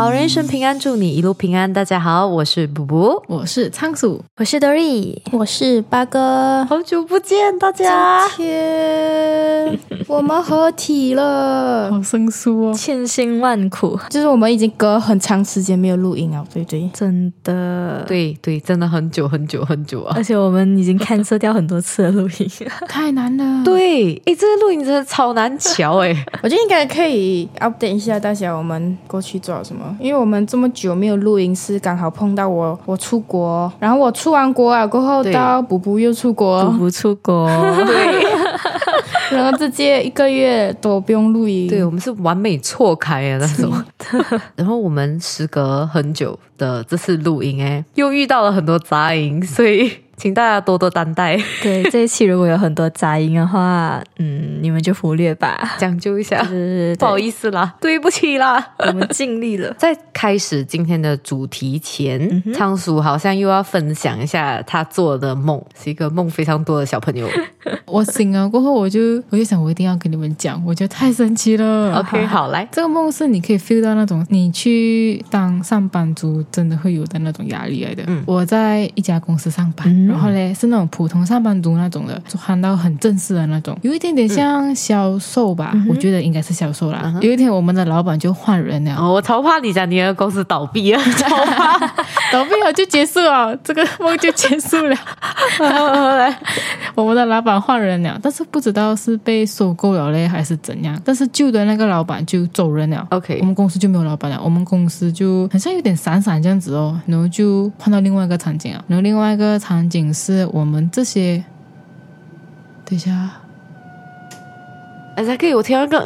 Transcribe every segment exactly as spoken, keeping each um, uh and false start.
好人一生平安，祝你一路平安。大家好，我是布布， 我是仓鼠， 我是 Dory， 我是八哥。 好久不见大家， 今天我们合体了， 好生疏哦， 千辛万苦， 就是我们已经隔很长时间没有录音了，对不对？ 真的， 对对，真的很久很久很久啊！ 而且我们已经看射掉很多次的录音， 太难了。 对，诶，这个录音真的超难瞧诶。 我觉得应该可以 update 一下大家，我们过去做了什么，因为我们这么久没有录音，是刚好碰到我我出国，然后我出完国啊过后，到补补又出国， 补补出国， 对， 然后直接一个月都不用录音。 对，我们是完美错开的那种。然后我们时隔很久的这次录音，诶，又遇到了很多杂音，所以请大家多多担待。 对，这一期如果有很多杂音的话，嗯，你们就忽略吧， 讲究一下， 对对对， 不好意思啦，对不起啦， 我们尽力了。 在开始今天的主题前， 嗯、 仓鼠好像又要分享一下他做的梦，是一个梦非常多的小朋友。 我醒了过后，我就我就想，我一定要跟你们讲，我觉得太神奇了。 OK， 好，来， 这个梦是你可以 feel 到那种你去当上班族真的会有的那种压力来的。嗯，我在一家公司上班。嗯，然后嘞是那种普通上班族那种的，就看到很正式的那种，有一点点像销售吧，嗯、我觉得应该是销售啦。嗯、有一天我们的老板就换人了， 哦，我超怕你讲你的公司倒闭了，超怕倒闭了就结束了，这个梦就结束了。我们的老板换人了，但是不知道是被收购了嘞还是怎样，但是旧的那个老板就走人了。 OK， 我们公司就没有老板了，我们公司就好像有点散散这样子哦，然后就换到另外一个场景啊，然后另外一个场景是我们这些，等一下， 哎，才可以，我听到一个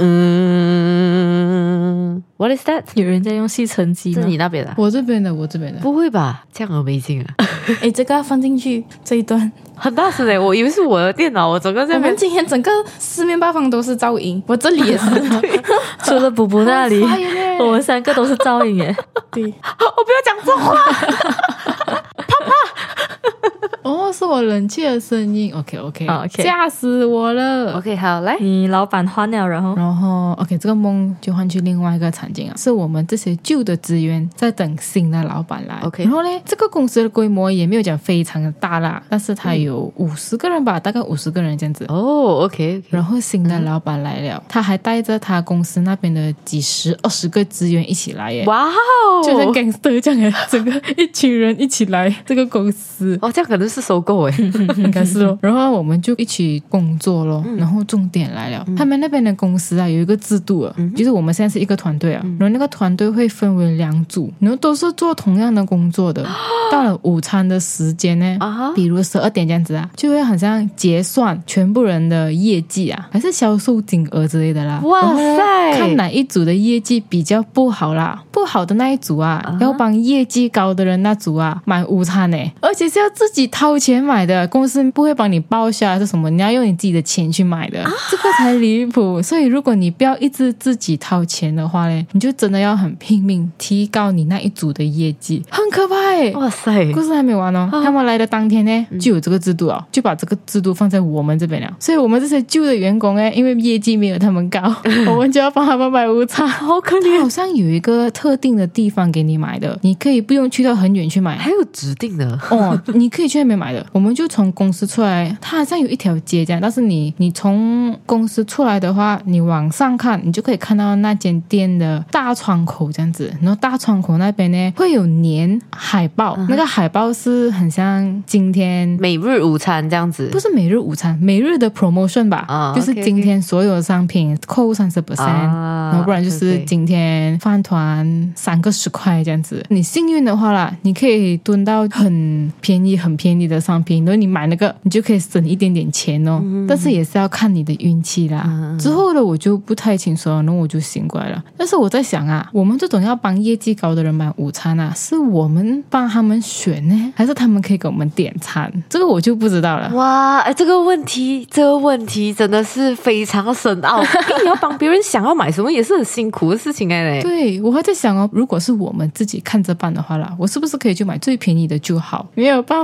嗯 ，What is that？ 有人在用吸尘机吗？ 是你那边的？ 我这边的，我这边的。 不会吧？这样amazing啊！ 哎，这个要放进去这一段。 很大声诶，我以为是我的电脑，我整个在那边。 我们今天整个四面八方都是噪音，我这里也是， 除了补补那里，我们三个都是噪音耶。 对， 我不要讲这话，啪啪。 哦，是我冷气的声音。OK OK OK， 吓死我了。 OK， 好，来， 你老板换了，然后然后 OK， 这个梦就换去另外一个场景啊，是我们这些旧的职员在等新的老板来。 OK， 然后呢，这个公司的规模也没有讲非常的大啦，但是它有五十个人吧，大概五十个人这样子。 哦 ，OK， 然后新的老板来了，嗯、他还带着他公司那边的几十、二十个职员一起来耶！ 哇哦， 就像 gangster 这样耶，整个一群人一起来这个公司。 哦，这样可能是收购诶， 应该是哦。然后我们就一起工作咯。嗯、然后重点来了，嗯、他们那边的公司啊有一个制度啊，嗯、就是我们现在是一个团队啊，嗯、然后那个团队会分为两组，然后都是做同样的工作的。到了午餐的时间呢，啊、比如十二点这样子啊，就会好像结算全部人的业绩啊，还是销售金额之类的啦。 哇塞！ 看哪一组的业绩比较不好啦，不好的那一组啊，啊要帮业绩高的人那组啊买午餐呢，而且是要自己掏钱买的，公司不会帮你报销是什么，你要用你自己的钱去买的，啊、这个才离谱。所以如果你不要一直自己掏钱的话呢，你就真的要很拼命提高你那一组的业绩，很可怕耶！ 哇塞， 故事还没完哦，啊、他们来的当天呢就有这个制度啊，就把这个制度放在我们这边了。所以我们这些旧的员工呢，因为业绩没有他们高，我们就要帮他们买午餐， 好可怜。 好像有一个特定的地方给你买的，你可以不用去到很远去买， 还有指定的哦，你可以去那边买的。我们就从公司出来，它好像有一条街这样，但是你你从公司出来的话，你往上看，你就可以看到那间店的大窗口这样子，然后大窗口那边呢会有粘海报，嗯、那个海报是很像今天每日午餐这样子， 不是每日午餐，每日的 promotion 吧， 啊、 就是今天所有商品扣三十 percent，然后不然就是今天饭团三个十块这样子。你幸运的话啦，你可以蹲到很便宜很便宜的商品，然后你买那个，你就可以省一点点钱哦。嗯、但是也是要看你的运气啦。嗯、之后的我就不太清楚了，然后我就醒过来了。但是我在想啊，我们这种要帮业绩高的人买午餐啊，是我们帮他们选呢，还是他们可以给我们点餐？这个我就不知道了。 哇，哎，这个问题，这个问题真的是非常深奥。因为你要帮别人想要买什么，也是很辛苦的事情哎嘞。 对，我还在想哦，如果是我们自己看着办的话啦，我是不是可以就买最便宜的就好？没有办法，我的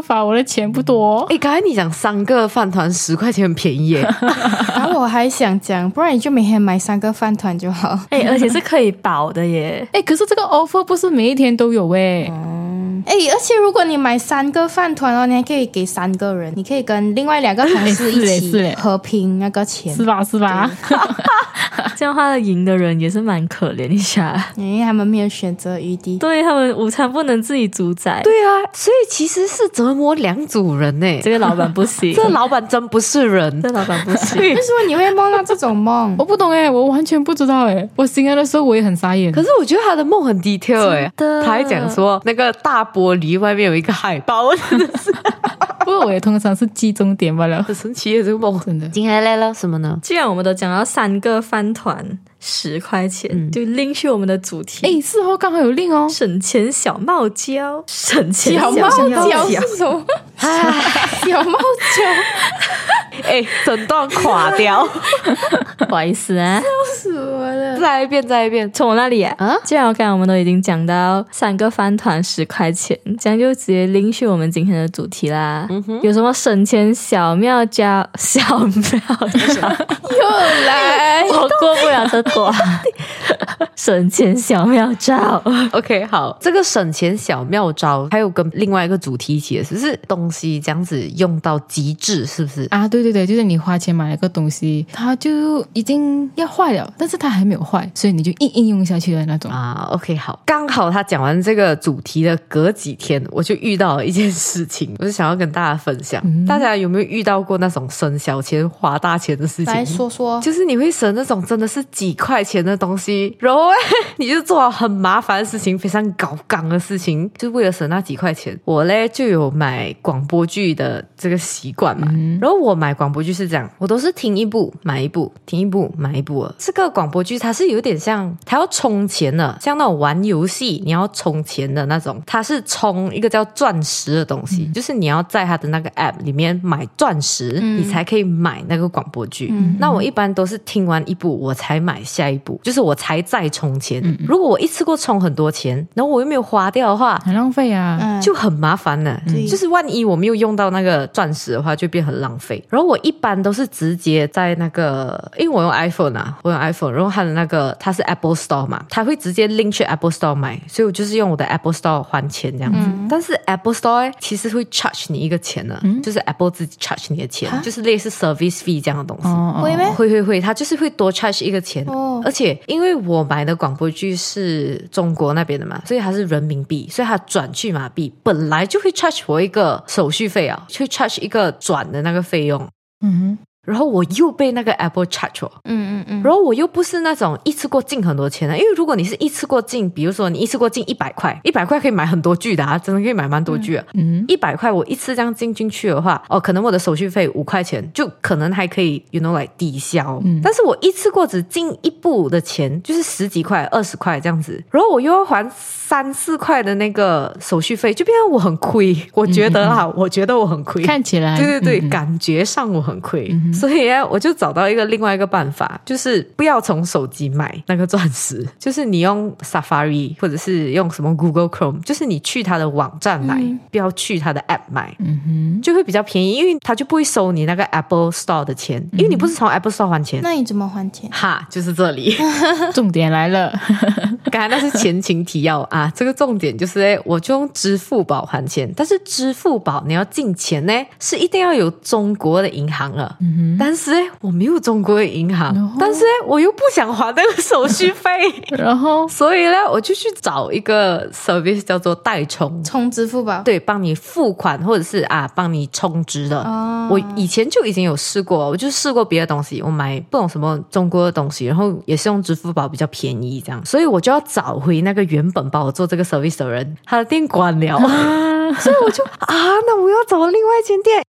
钱不多。 哎，刚才你讲三个饭团十块钱很便宜耶。 然后我还想讲，不然你就每天买三个饭团就好。 哎，而且是可以饱的耶。 哎，可是这个 offer 不是每一天都有哎。 嗯，哎，而且如果你买三个饭团哦，你还可以给三个人，你可以跟另外两个同事一起合拼那个钱， 是吧？是吧？ 这样他的赢的人也是蛮可怜一下， 因为他们没有选择余地， 对他们午餐不能自己主宰。 对啊，所以其实是折磨两组人呢。 这个老板不行， 这老板真不是人， 这老板不行。 为什么你会梦到这种梦？ 我不懂哎，我完全不知道哎。我醒来的时候我也很傻眼， 可是我觉得他的梦很 detail 哎，他还讲说那个大玻璃外面有一个海报，真的是。 不过我也通常是记重点罢了， 很神奇耶这个梦， 真的。 今天来了什么呢？ 既然我们都讲到三个饭团十块钱，嗯、就拎去我们的主题。 哎，四号刚好有令哦， 省钱小帽胶，省钱小帽胶是什么？小帽胶， 哎，整段垮掉， 不好意思啊， 笑死我了。 再一遍，再一遍， 从我那里啊。啊既然我刚才我们都已经讲到三个饭团十块钱，这样就直接拎去我们今天的主题啦。嗯、有什么省钱小妙招？小妙招又来， 我过不了这关。省钱小妙招 ，OK， 好，这个省钱小妙招还有跟另外一个主题一起的，是不是东西这样子用到极致，是不是啊？对对对，就是你花钱买了个东西，它就已经要坏了，但是它还没有坏，所以你就硬应用下去的那种啊。OK， 好，刚好他讲完这个主题的隔几天，我就遇到了一件事情，我就想要跟大家分享。嗯、大家有没有遇到过那种省小钱花大钱的事情？ 来说说， 就是你会省那种真的是几块钱的东西，然后你就做了很麻烦的事情，非常高纲的事情，就为了省那几块钱。我嘞就有买广播剧的这个习惯嘛，嗯、然后我买广播剧是这样，我都是听一部买一部，听一部买一部。这个广播剧它是有点像，它要充钱的，像那种玩游戏你要充钱的那种，它是充一个叫钻石的东西，嗯、就是你要在它的那个 app 里面买钻石，嗯、你才可以买那个广播剧。嗯、那我一般都是听完一部我才买下一部，就是我才再充钱。嗯、如果我一次过充很多钱，然后我又没有花掉的话， 很浪费啊， 就很麻烦了。嗯、就是万一我没有用到那个钻石的话，就变很浪费。然后我一般都是直接在那个，因为我用 iPhone 啊，我用 iPhone， 然后它的那个它是 Apple Store 嘛，它会直接 link 去 Apple Store 买，所以我就是用我的 Apple Store 还钱这样子。嗯、但是 Apple Store 其实会 charge 你一个钱的，嗯、就是 Apple 自己 charge 你的钱，啊、就是类似 service fee 这样的东西。 哦、 会吗？ 会会会，它就是会多 charge 一个钱。哦、而且因为我买的广播剧是中国那边的嘛，所以它是人民币，所以它转去马币本来就会 charge 我一个手续费啊，就会 charge 一个转的那个费用。 嗯哼。 然后我又被那个 Apple charge 我， 嗯嗯嗯， 然后我又不是那种一次过进很多钱的，因为如果你是一次过进，比如说你一次过进一百块，一百块可以买很多剧的啊，真的可以买蛮多剧啊。嗯，一百块我一次这样进进去的话，哦，可能我的手续费五块钱，就可能还可以 you know like 抵消。嗯，但是我一次过只进一部的钱，就是十几块、二十块这样子，然后我又要还三四块的那个手续费，就变成我很亏。我觉得啦，嗯嗯我觉得我很亏， 看起来， 对对对， 嗯嗯感觉上我很亏。嗯所以呢，我就找到一个另外一个办法，就是不要从手机买那个钻石，就是你用 Safari 或者是用什么 Google Chrome， 就是你去它的网站买，嗯、不要去它的 App 买，嗯哼，就会比较便宜，因为它就不会收你那个 Apple Store 的钱，因为你不是从 Apple Store 还钱。 那你怎么还钱？ 哈，就是这里， 重点来了。 刚才那是前情提要啊，这个重点就是我就用支付宝还钱，但是支付宝你要进钱呢，是一定要有中国的银行了。嗯、但是我没有中国的银行，但是我又不想还那个手续费， 然后所以呢，我就去找一个 service 叫做代充， 充支付宝， 对，帮你付款或者是啊帮你充值的。哦、我以前就已经有试过，我就试过别的东西，我买不懂什么中国的东西，然后也是用支付宝比较便宜这样，所以我就要找回那个原本帮我做这个 service 的人，他的店关了。啊所以我就啊，那我要找另外一间店，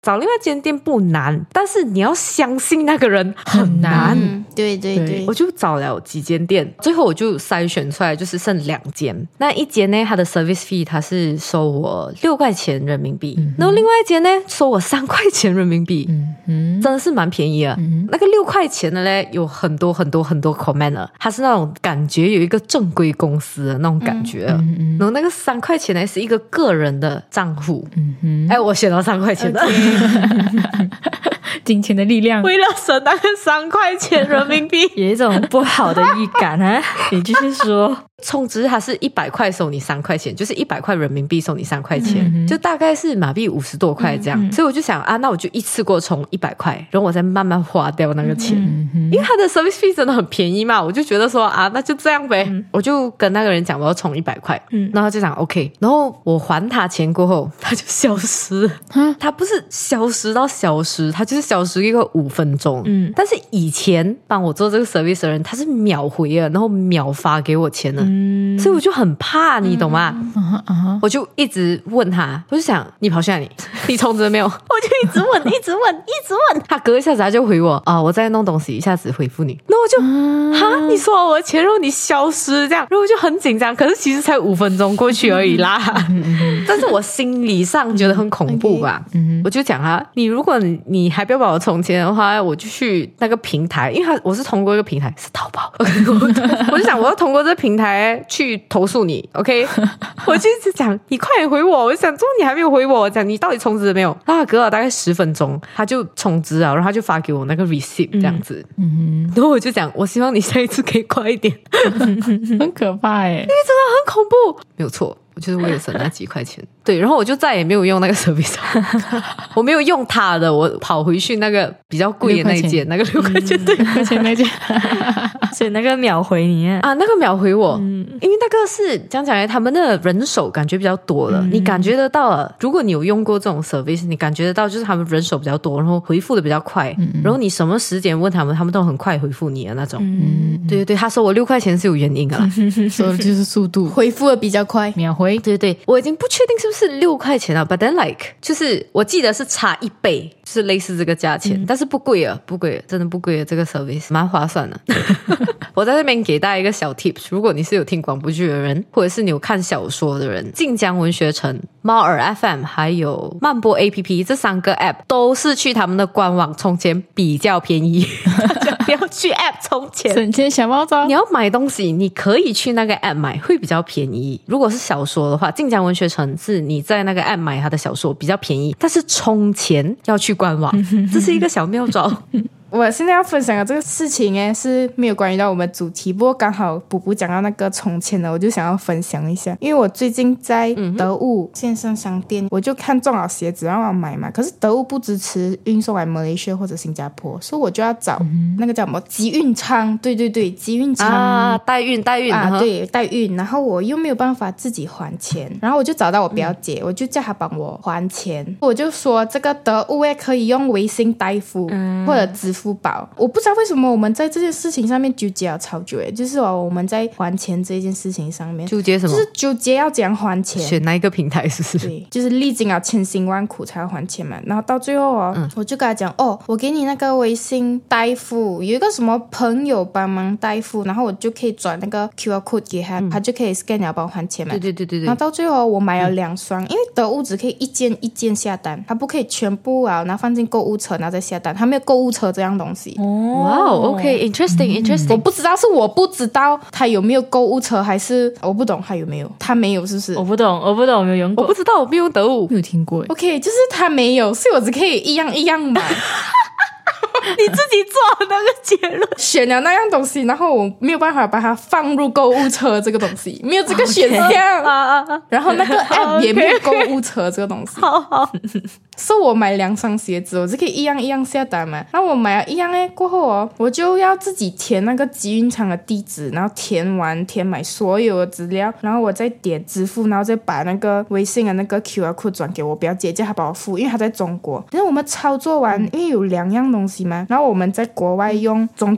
找另外一间店不难，但是你要相信那个人很难。 嗯，对对对， 对，我就找了几间店，最后我就筛选出来就是剩两间。那一间呢，它的 service fee 它是收我六块钱人民币，嗯、然后另外一间呢收我三块钱人民币，嗯嗯，真的是蛮便宜的。嗯、那个六块钱的嘞有很多很多很多 comment， 它是那种感觉有一个正规公司的那种感觉，嗯嗯、然后那个三块钱呢是一个个人的账户，嗯嗯，哎，我选到三块钱的。Okay. 金钱的力量， 为了省那个三块钱人民币， 有一种不好的预感啊！你继续说。 充值它是一百块收你三块钱，就是一百块人民币收你三块钱，嗯、就大概是马币五十多块这样。嗯、所以我就想啊，那我就一次过充一百块，然后我再慢慢花掉那个钱，嗯、因为它的 service fee 真的很便宜嘛，我就觉得说啊，那就这样呗。嗯、我就跟那个人讲我要充一百块，嗯、然后他就讲 OK， 然后我还他钱过后，他就消失了。他不是消失到消失，他就是消失一个五分钟。嗯，但是以前帮我做这个 service 的人，他是秒回了，然后秒发给我钱了。嗯，所以我就很怕，你懂吗？嗯嗯、我就一直问他，我就想你跑去哪里？你充值了没有？我就一直问，一直问，一直问。他隔一下子他就回我啊，我在弄东西，一下子回复你。然后我就哈、啊，你收了我的钱，然后你消失这样，然后我就很紧张。可是其实才五分钟过去而已啦，但是我心理上觉得很恐怖吧。嗯、我就讲他，你如果你你还不要帮我充钱的话，我就去那个平台，因为他我是通过一个平台是淘宝，我就想我要通过这个平台去投诉你 ，OK？ 我就一直讲你快点回我，我就想说你还没有回我，我讲你到底充值了没有？然后他隔了大概十分钟，他就充值了，然后他就发给我那个 receipt 这样子，嗯、然后我就讲我希望你下一次可以快一点， 很可怕哎，因为真的很恐怖，没有错。我就是为了省那几块钱，对，然后我就再也没有用那个 service， 我没有用它的，我跑回去那个比较贵的那一间，那个六块钱，对，六块钱那间， 所以那个秒回你啊， 那个秒回我，嗯、因为那个是讲讲来，他们的人手感觉比较多了，嗯、你感觉得到了。如果你有用过这种 service， 你感觉得到就是他们人手比较多，然后回复的比较快，嗯、然后你什么时间问他们，他们都很快回复你的那种。嗯、对对对，他收我六块钱是有原因的啦， 说的就是速度， 回复的比较快， 秒回。 对对对，我已经不确定是不是六块钱了 ，but then like 就是我记得是差一倍，就是类似这个价钱，嗯、但是不贵啊，不贵，真的不贵啊，这个 service 蛮划算的。我在这边给大家一个小 tips， 如果你是有听广播剧的人，或者是你有看小说的人，晋江文学城、猫耳 F M 还有漫播 A P P 这三个 app 都是去他们的官网充钱比较便宜，大家不要去 app 充钱， 省钱小猫招。 你要买东西，你可以去那个 app 买，会比较便宜。如果是小说的话，晋江文学城是你在那个 app 买它的小说比较便宜，但是充钱要去官网，这是一个小妙招。 我现在要分享的这个事情诶是没有关于到我们主题，不过刚好补补讲到那个充钱的，我就想要分享一下。因为我最近在得物线上商店，我就看中了鞋子然后我要买嘛，可是得物不支持运送来马来西亚或者新加坡，所以我就要找那个叫什么集运仓，对对对，集运仓啊，代运代运啊，对，代运，然后我又没有办法自己还钱，然后我就找到我表姐，嗯、我就叫她帮我还钱，我就说这个得物也可以用微信代付、嗯、或者支付宝。我不知道为什么我们在这件事情上面纠结了超久，就是我们在还钱这件事情上面纠结什么， 就是纠结要怎样还钱， 选哪一个平台是不是？ 对，就是历经了千辛万苦才要还钱嘛。然后到最后哦、嗯、我就跟他讲哦，我给你那个微信代付，有一个什么朋友帮忙代付，然后我就可以转那个 Q R code 给他、嗯、他就可以 scan 了帮我还钱嘛。 对对对对对。 然后到最后我买了两双、嗯、因为得物只可以一件一件下单，他不可以全部啊然后放进购物车然后再下单，他没有购物车这样东西。 哇哦 ，OK， interesting interesting。 我不知道是我不知道他有没有购物车，还是我不懂他有没有，他没有是不是？ 我不懂，我不懂，我没有用过， 我不知道，我没有得物， 没有听过。 OK， 就是他没有，所以我只可以一样一样买。 你自己做那个结论， 选了那样东西，然后我没有办法把它放入购物车这个东西，没有这个选项。Okay. 然后那个 app 也没有购物车这个东西。 好好， 所以我买两双鞋子，我就可以一样一样下单嘛。然后我买了一样诶，过后哦，我就要自己填那个集运仓的地址，然后填完填满所有的资料，然后我再点支付，然后再把那个微信的那个 Q R code 转给我表姐，叫她帮我付，因为她在中国。然后我们操作完，因为有两样东西嘛。然后我们在国外用中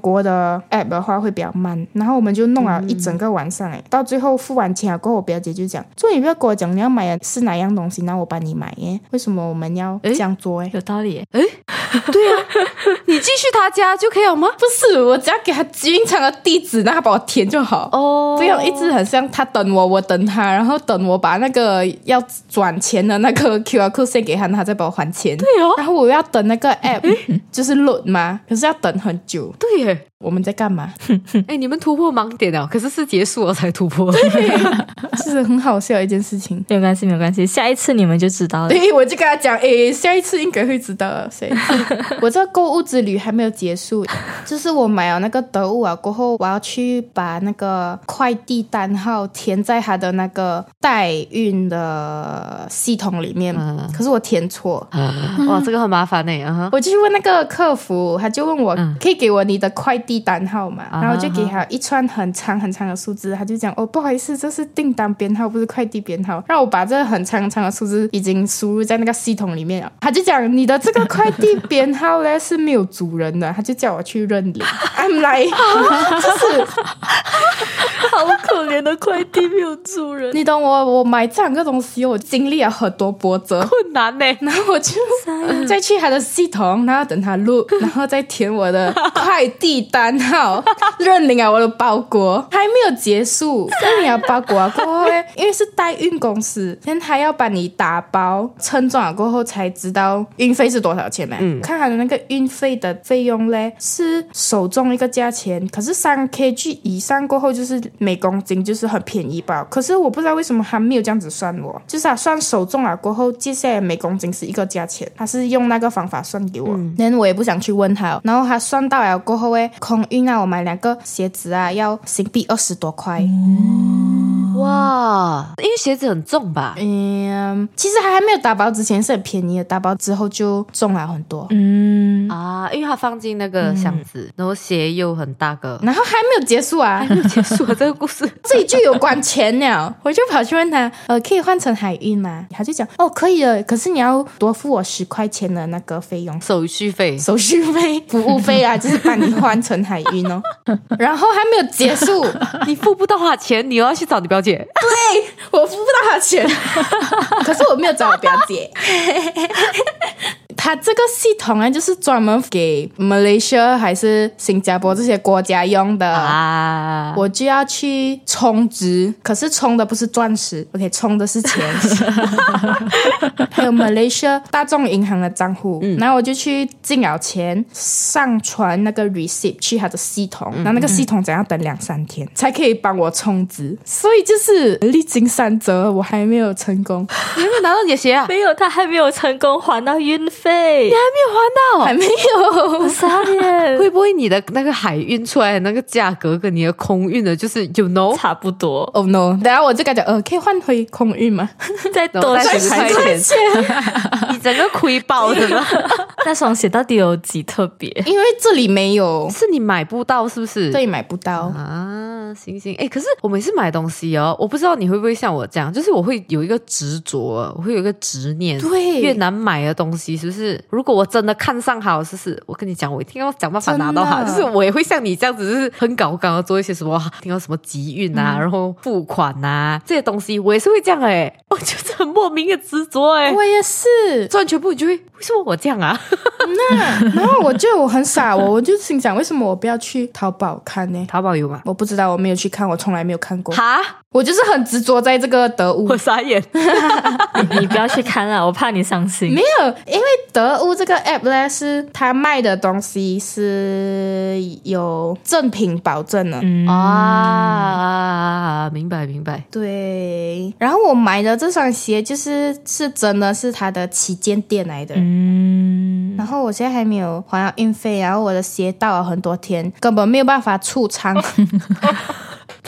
国的 app 的话会比较慢，然后我们就弄了一整个晚上，哎、嗯，到最后付完钱了过后，我表姐就讲，所以你不要跟我讲你要买的是哪样东西，然后我帮你买耶，为什么我们要这样做？哎， 有道理耶。 哎，对啊，你寄去他家就可以了吗？ 不是，我只要给他经常的地址，让他帮我填就好。 哦， 不用一直很像他等我，我等他，然后等我把那个要转钱的那个 Q R code send 给他，他再帮我还钱。 对哦， 然后我要等那个 app 就是 load 嘛，可是要等很久。 对耶， 我们在干嘛？ 哎，你们突破盲点了，可是是结束了才突破。 对，这是很好笑的一件事情。 没有关系，没有关系，下一次你们就知道了。 对，我就跟他讲，哎，下一次应该会知道了。下一次，我这个购物之旅还没有结束，就是我买了那个得物啊过后，我要去把那个快递单号填在他的那个代运的系统里面，嗯、可是我填错， 嗯、哇，这个很麻烦呢、欸。Uh-huh. 我就去问那个客服，他就问我、嗯、可以给我你的快递单号嘛？然后我就给他一串很长很长的数字，他就讲哦，不好意思，这是订单编号，不是快递编号。让我把这个很长很长的数字已经输入在那个系统里面了，他就讲你的这个快递编号呢是没有主人的，他就叫我去认领。I'm like， 就是好可怜的快递没有主人。 你懂我，我买这两个东西，我经历了很多波折困难呢。 然后我就再去他的系统，然后等他录，然后再填我的快递单号，认领啊我的包裹，还没有结束，认领啊包裹啊过后，因为是代运公司，现在他要把你打包称重了过后才知道运费是多少钱嘛。嗯，看他的那个运费的费用嘞是手重一个价钱，可是三 K G 以上过后就是每公斤就是很便宜吧。可是我不知道为什么他没有这样子算我，就是他算手重了过后，接下来每公斤是一个价钱，他是用那个方法算给我。然后、嗯、我也不想去问他，然后他算到了过后诶，空运啊，我买两个鞋子啊，要新币二十多块。 嗯，哇，因为鞋子很重吧？ 嗯，其实还没有打包之前是很便宜的，打包之后就重了很多。 嗯啊，因为它放进那个箱子，嗯、然后鞋又很大个， 然后还没有结束啊， 还没有结束啊，这个故事这里就有关钱了。我就跑去问他，呃，可以换成海运吗？他就讲，哦，可以的，可是你要多付我十块钱的那个费用， 手续费， 手续费，服务费啊，就是帮你换成海运哦。然后还没有结束， 你付不到他钱，你又要去找你表姐。 对，我付不到他钱，可是我没有找我表姐。它这个系统呢，就是专门给 Malaysia 还是新加坡这些国家用的啊。我就要去充值，可是充的不是钻石 ，OK， 充的是钱。还有 Malaysia 大众银行的账户，嗯、然后我就去进了钱，上传那个 receipt 去它的系统，嗯、然后那个系统怎样等两三天才可以帮我充值，所以就是历经三折，我还没有成功。 你还没有拿到你的鞋啊？ 没有，他还没有成功还到运费。 你还没有还到？ 还没有， 傻眼。 会不会你的那个海运出来的那个价格跟你的空运的，就是 you know 差不多 ？Oh no！ 等下我就跟他讲，呃，可以换回空运吗？ 再多十块钱，你整个亏爆的了。 那双鞋到底有几特别？ 因为这里没有， 是你买不到，是不是？ 这里买不到啊。行行，哎，可是我每次买东西哦，我不知道你会不会像我这样，就是我会有一个执着，我会有一个执念。 对， 越难买的东西，是不是？如果我真的看上好，是不是？我跟你讲，我一定要想办法拿到它。就是我也会像你这样子，就是很搞刚的做一些什么，听到什么集运啊，嗯、然后付款啊这些东西，我也是会这样哎、欸，我就是很莫名的执着哎。 我也是， 做完全部你就会，为什么我这样啊？ 那然后我就我很傻，我我就心想，为什么我不要去淘宝看呢？ 淘宝有吗？ 我不知道，我没有去看，我从来没有看过。 哈， 我就是很执着在这个得物。 我傻眼。 你, 你不要去看了，我怕你伤心。 没有，因为得物这个 app 呢，是他卖的东西是有正品保证的、 嗯、啊，明白明白。 对，然后我买的这双鞋就是是真的是他的旗舰店来的。 嗯， 然后我现在还没有还到运费，然后我的鞋到了很多天，根本没有办法出仓。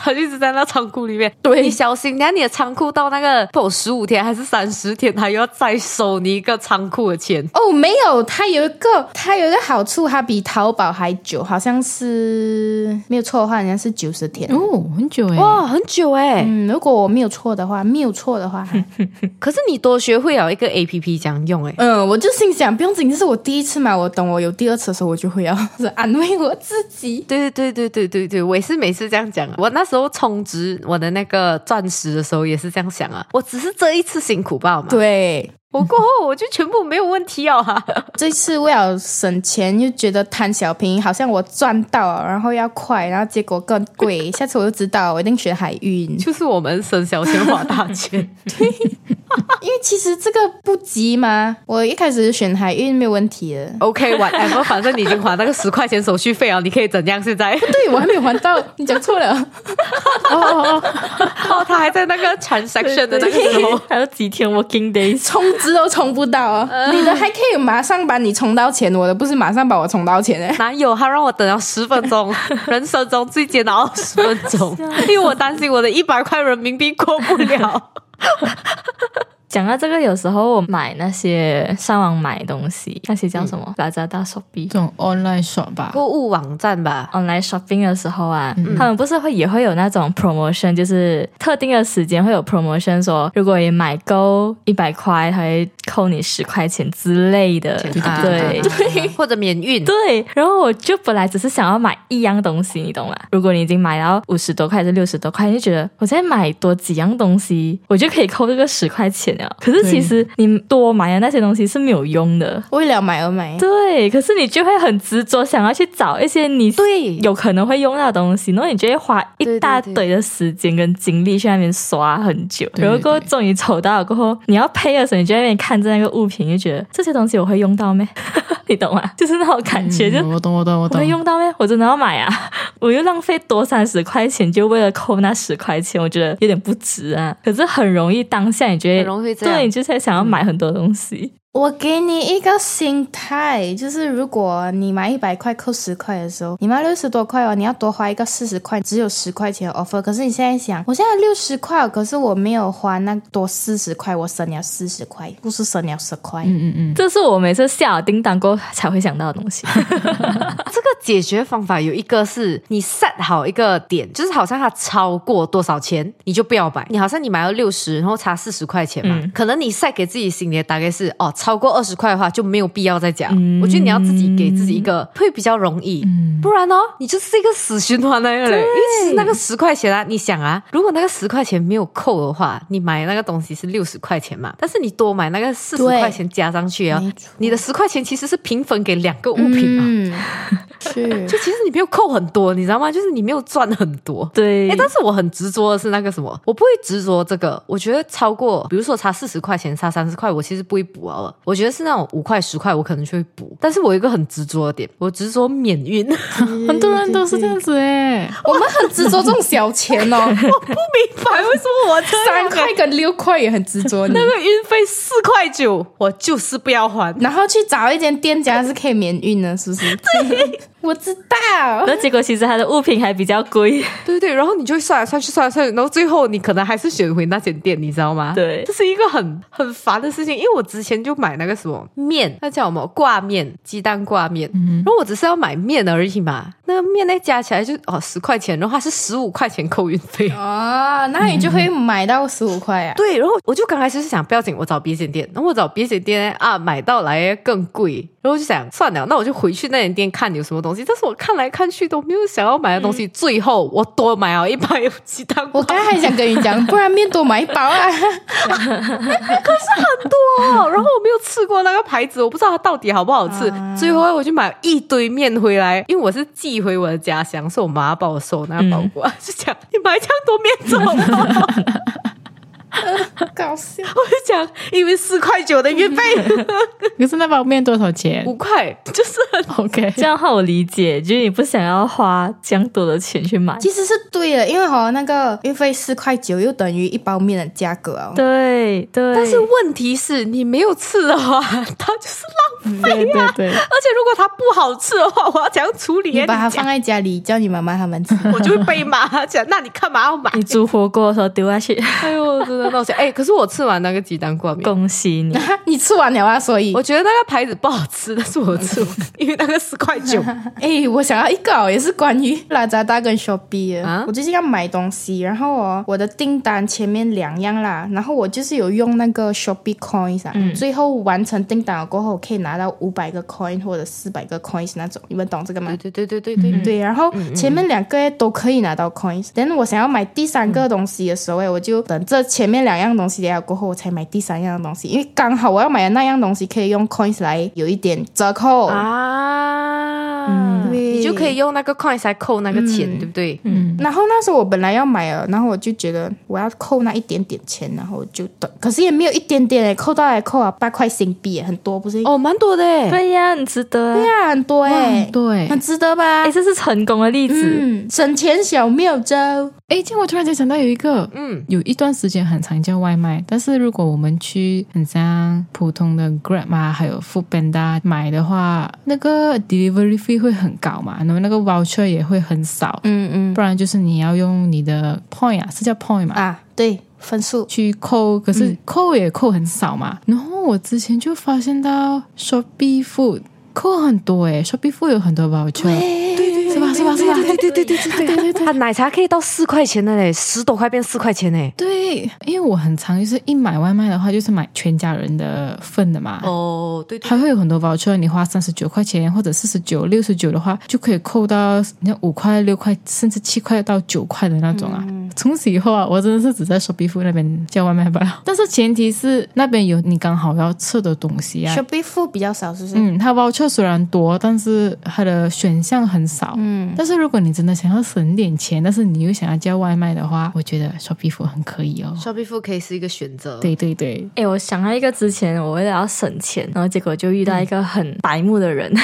它就一直在那仓库里面。 对， 你小心，等下你的仓库到那个不十五天还是三十天，它又要再收你一个仓库的钱。 哦，没有，它有一个，它有一个好处，它比淘宝还久，好像是没有错的话，好像是九十天。 哦，很久哎， 哇，很久哎。 嗯，如果我没有错的话，没有错的话， 可是你多学会有一个 A P P 这样用哎。 嗯，我就心想，不用紧，这是我第一次嘛，我等我有第二次的时候，我就会要是安慰我自己。 对对对对对对，我也是每次这样讲。我那时候充值我的那个钻石的时候也是这样想啊，我只是这一次辛苦罢嘛。 对。 我过后我就全部没有问题哦哈。 这次为了省钱，又觉得贪小便宜，好像我赚到了，然后要快，然后结果更贵。下次我就知道，我一定选海运。 就是我们省小钱花大钱。 对，因为其实这个不急嘛，我一开始选海运没有问题的。 OK，whatever， 反正你已经还那个十块钱手续费了，你可以怎样？现在？ 对，我还没有还到，你讲错了。 哦哦哦，哦，他还在那个 transaction 的那个时候， 还有几天 working days。 充值都充不到啊！呃、你的还可以马上把你充到钱，我的不是马上把我充到钱哎。 哪有？他让我等了十分钟，人生中最煎熬的十分钟，因为我担心我的一百块人民币过不了。 讲到这个，有时候我买那些上网买东西，那些叫什么 Lazada、Shopee 这种 online shop 吧， 购物网站吧 ，online shopping 的时候啊，嗯、他们不是会也会有那种 promotion， 就是特定的时间会有 promotion， 说如果你买够一百块，他会扣你十块钱之类的， 对对对，或者免运。 对，然后我就本来只是想要买一样东西，你懂吗？如果你已经买到五十多块还是六十多块，你就觉得我再买多几样东西，我就可以扣这个十块钱。可是其实你多买的那些东西是没有用的， 为了买而买。 对，可是你就会很执着想要去找一些你对有可能会用到的东西，然后你就会花一大堆的时间跟精力去那边刷很久， 对对对， 然后过后终于抽到了过后，你要配的时候，你就在那边看着那个物品，就觉得这些东西我会用到咩？你懂吗？就是那种感觉，就、 嗯、我懂我懂我懂， 我会用到咩？我真的要买啊！我又浪费多三十块钱，就为了扣那十块钱，我觉得有点不值啊。可是很容易当下你觉得很容易这样， 对，你就是想要买很多东西。 我给你一个心态，就是如果你买一百块扣十块的时候，你买六十多块哦，你要多花一个四十块，只有十块钱的 offer。可是你现在想，我现在六十块，可是我没有花那多四十块，我省了四十块，不是省了十块。 嗯嗯嗯， 这是我每次下了订单过后才会想到的东西。 这个解决方法有一个是你 set 好一个点，就是好像它超过多少钱你就不要买。你好像你买了六十，然后差四十块钱嘛，嗯、可能你 set 给自己心里的大概是哦。超过二十块的话就没有必要再讲、嗯、我觉得你要自己给自己一个会比较容易、嗯、不然哦你就是一个死循环那个嘞。因为其实那个十块钱啊，你想啊，如果那个十块钱没有扣的话，你买那个东西是六十块钱嘛，但是你多买那个四十块钱加上去啊，你的十块钱其实是平分给两个物品嘛、嗯、 是就其实你没有扣很多，你知道吗？就是你没有赚很多。 对， 但是我很执着的是那个什么，我不会执着这个，我觉得超过比如说差四十块钱差三十块我其实不会补了，我觉得是那种五块十块我可能就会补。但是我有一个很执着的点，我执着免运。 很多人都是这样子耶， 我们很执着这种小钱哦。我不明白为什么我三块跟六块也很执着你。 那个运费四块九我就是不要还， 然后去找一间店家是可以免运的，是不是？对，我知道。 那结果其实它的物品还比较贵。 对对，然后你就算来算去算来算去，然后最后你可能还是选回那间店，你知道吗？ 对， 这是一个很很烦的事情。因为我之前就买那个什么面，那叫什么挂面，鸡蛋挂面、嗯、然后我只是要买面而已嘛，那个面那加起来就哦十块钱，然后它是十五块钱扣运费哦，那你就会买到十五块啊、嗯、 对，然后我就刚开始是想不要紧，我找别间店，然后我找别间店啊买到来更贵，然后就想算了，那我就回去那间店看有什么东西，但是我看来看去都没有想要买的东西、嗯、最后我多买了一包鸡蛋挂面。 我刚才还想跟你讲，不然面多买一包啊。 可是很多、哦、然后我没有吃过那个牌子，我不知道它到底好不好吃、啊、最后我就买一堆面回来，因为我是寄回我的家乡，是我妈帮我收那个包裹、嗯、就讲你买这样多面走吗？ 搞笑。 我就讲，因为四块九的运费， 可是那包面多少钱五块就是很 ？OK， 这样的话我理解，就是你不想要花这样多的钱去买。 其实是对的，因为哈、哦、那个运费四块九又等于一包面的价格哦。 对对， 但是问题是你没有吃的话，它就是浪费啊。 对对对， 而且如果它不好吃的话，我要怎样处理？ 你把它放在家里，叫你妈妈他们吃。 我就会被骂，讲那你干嘛要买？ 你煮火锅的时候丢下去， 哎呦，真的闹笑！哎，可是我吃完那个鸡蛋挂面， 恭喜你。 你吃完了啊，所以我觉得那个牌子不好吃，但是我吃完，因为那个四块九。 哎，我想要一个、哦、也是关于拉扎达跟 Shopee 的、 啊、 我最近要买东西，然后哦，我的订单前面两样啦，然后我就是有用那个 Shopee Coins 啊、嗯，最后完成订单了过后，可以拿到五百个 coin 或者四百个 coins 那种，你们懂这个吗？ 对对对对对对、 嗯、对，然后前面两个都可以拿到 coins， 但我想要买第三个东西的时候，我就等这前面两样东西了过后，我才买第三样东西，因为刚好我要买的那样东西可以用 coins 来有一点折扣啊， 嗯， 你就可以用那个 coins 来扣那个钱， 嗯、 对不对？ 嗯。然后那时候我本来要买了，然后我就觉得我要扣那一点点钱，然后我就等，可是也没有一点点诶，扣到来扣啊八块新币，很多不是？ 哦，蛮多的诶。 对呀，很值得、啊。 对呀，很多诶， 对， 很值得吧？ 哎，这是成功的例子。 嗯，省钱小妙招。 哎，这样我突然间想到有一个，嗯，有一段时间很常叫外卖，但是如果我们去很像普通的 Grab 啊，还有 Foodpanda 买的话，那个 delivery fee 会很高嘛，然后那个 voucher 也会很少， 嗯嗯， 不然就是你要用你的 point 啊，是叫 point 嘛？ 啊，对。分数去扣，可是扣也扣很少嘛。嗯、然后我之前就发现到 Shopee Food 扣很多诶 ，Shopee Food 有很多 voucher， 对对对，是吧是吧是吧？ 对对对对对对对对，它奶茶可以到四块钱的嘞，十多块变四块钱嘞。 对，因为我很常就是一买外卖的话，就是买全家人的份的嘛。 哦，对对， 还会有很多 voucher， 你花三十九块钱或者四十九、六十九的话，就可以扣到你看五块、六块，甚至七块到九块的那种啊。嗯、从此以后啊，我真的是只在 Shopee Food 那边叫外卖吧。但是前提是那边有你刚好要吃的东西啊。 Shopee Food 比较少，是不是？ 嗯，它 voucher 虽然多，但是它的选项很少。嗯，但是如果你真的想要省点钱，但是你又想要叫外卖的话，我觉得 Shopee Food 很可以哦。 Shopee Food 可以是一个选择。 对对对。 哎，我想到一个之前我为了要省钱，然后结果就遇到一个很白目的人。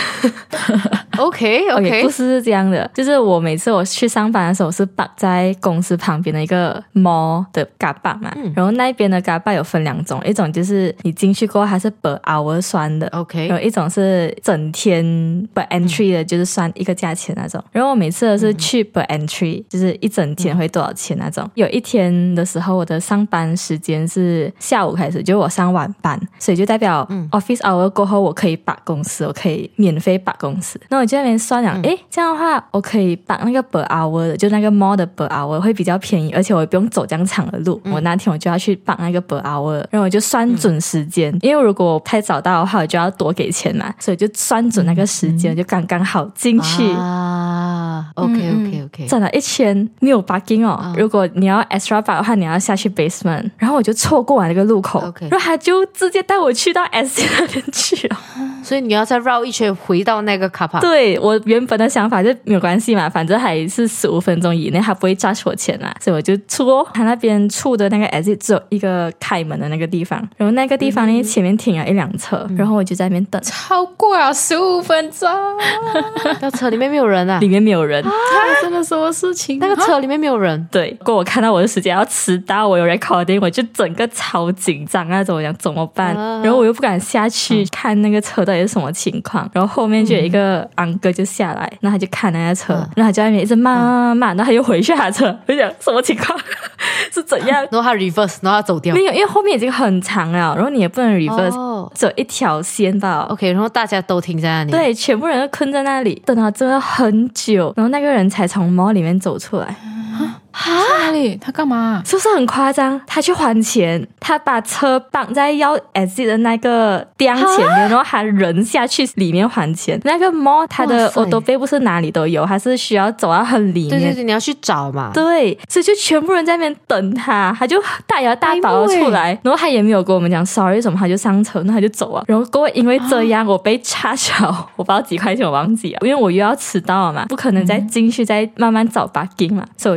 OK OK， 故事是这样的，就是我每次我去上班的时候是绑在公司旁边的一个 mall 的嘎巴嘛、嗯，然后那边的嘎巴有分两种，一种就是你进去过后它是 per hour 算的 ，OK， 然后一种是整天 per entry 的，就是算一个价钱那种。然后我每次都是去 per entry，、嗯、就是一整天会多少钱那种。有一天的时候，我的上班时间是下午开始，就是我上晚班，所以就代表 office hour 过后我可以把公司，我可以免费把公司。那我就在那边算了，诶、嗯，这样的话我可以把那个 per hour 的，就那个 mall 的 per hour 会比较便宜，而且我也不用走这样长的路。嗯、我那天我就要去绑那个 per hour， 然后我就算准时间、嗯，因为如果我太早到的话，我就要多给钱嘛，所以就算准那个时间、嗯，就刚刚好进去。 啊 ，OK OK OK， 转了一圈没有 parking 哦、啊。如果你要 extra park 的话，你要下去 basement， 然后我就错过了那个路口， okay. 然后他就直接带我去到 S C 那边去了。 所以你要再绕一圈回到那个卡帕。 对，我原本的想法就没有关系嘛，反正还是十五分钟以内，他不会 charge 我钱嘛，所以我就出他那边出的那个 exit 只有一个开门的那个地方，然后那个地方呢、嗯、前面停了一辆车、嗯，然后我就在那边等， 超过了十五分钟， 那车里面没有人啊？ 里面没有人， 啊，真的什么事情？ 那个车里面没有人。 对，过我看到我的时间要迟到，我有 recording， 我就整个超紧张那种，我想怎么办、啊？然后我又不敢下去、嗯、看那个车到底是什么情况，然后后面就有一个昂哥就下来，然后他就看那个车，嗯、然后他就在那边一直骂骂骂，然后他又回去他的车，我就想什么情况是怎样？ 然后他 reverse， 然后他走掉。 没有，因为后面已经很长了，然后你也不能 reverse，、哦、只有一条线吧。 OK， 然后大家都停在那里， 对，全部人都困在那里，等了真的很久，然后那个人才从 mall 里面走出来。 啊！哪里？他干嘛？ 是不是很夸张？他去还钱，他把车绑在要 exit 的那个钉前面，然后他人下去里面还钱。那个 mall 他的 auto pay 不是哪里都有，他是需要走到很里面。 对对对，你要去找嘛。 对，所以就全部人在那边等他，他就大摇大摆的出来，然后他也没有跟我们讲 sorry 什么，他就上车，然后他就走啊。然后过后因为这样，啊、我被charge了，我不知道几块钱，我忘记了，因为我又要迟到了嘛，不可能再进去再慢慢找 parking 嘛，所以我又挖